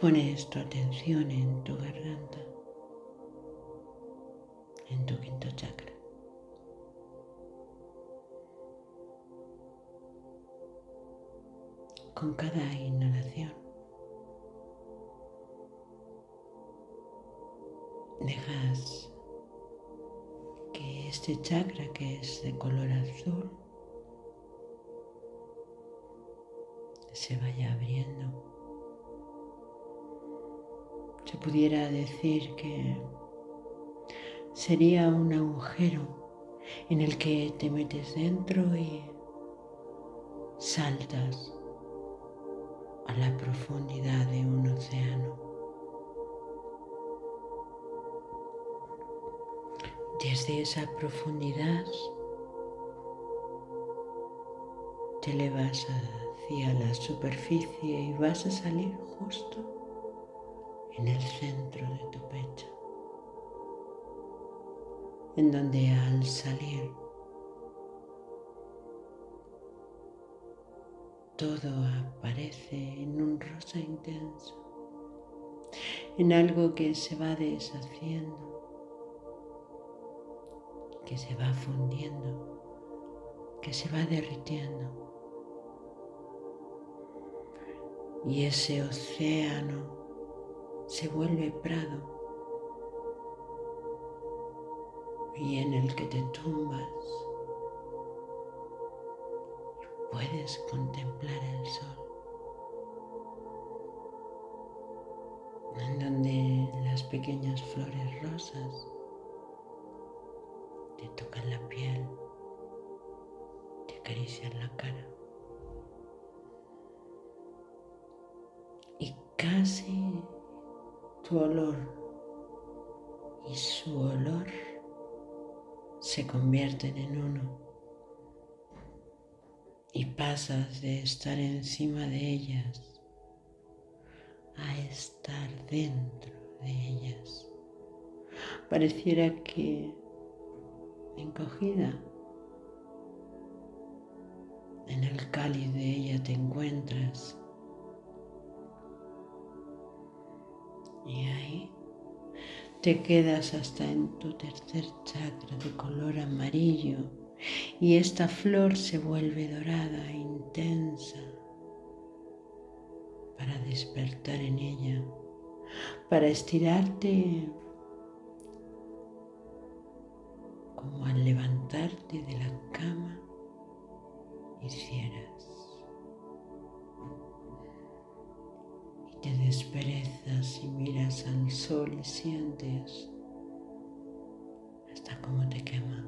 pones tu atención en tu garganta, en tu quinto chakra. Con cada inhalación dejas que este chakra, que es de color azul, se vaya abriendo. Se pudiera decir que sería un agujero en el que te metes dentro y saltas a la profundidad de un océano. Desde esa profundidad te elevas hacia la superficie y vas a salir justo en el centro de tu pecho, en donde al salir todo aparece en un rosa intenso, en algo que se va deshaciendo, que se va fundiendo, que se va derritiendo. Y ese océano se vuelve prado y en el que te tumbas y puedes contemplar el sol, en donde las pequeñas flores rosas te tocan la piel, te acarician la cara y casi tu olor y su olor se convierten en uno y pasas de estar encima de ellas a estar dentro de ellas. Pareciera que encogida en el cáliz de ella te encuentras y ahí te quedas hasta en tu tercer chakra de color amarillo y esta flor se vuelve dorada e intensa para despertar en ella, para estirarte como al levantarte de la cama hicieras. Y te desperezas y miras al sol y sientes hasta cómo te quema.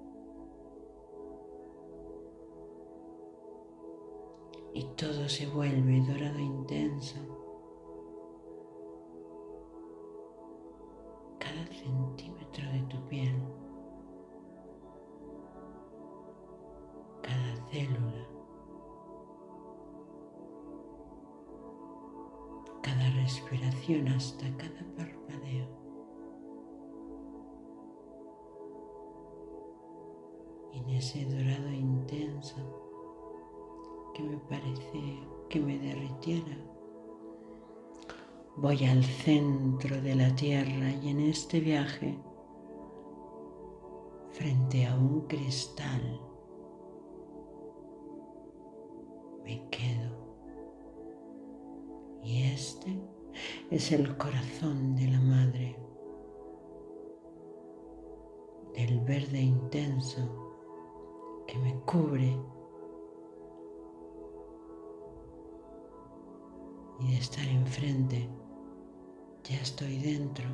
Y todo se vuelve dorado intenso. Cada centímetro de tu piel, cada célula, cada respiración, hasta cada parpadeo. Y en ese dorado intenso que me parece que me derritiera, voy al centro de la tierra y en este viaje, frente a un cristal, me quedo. Y este es el corazón de la madre, del verde intenso que me cubre y de estar enfrente ya estoy dentro,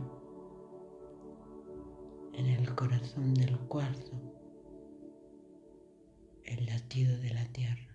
en el corazón del cuarzo, el latido de la tierra.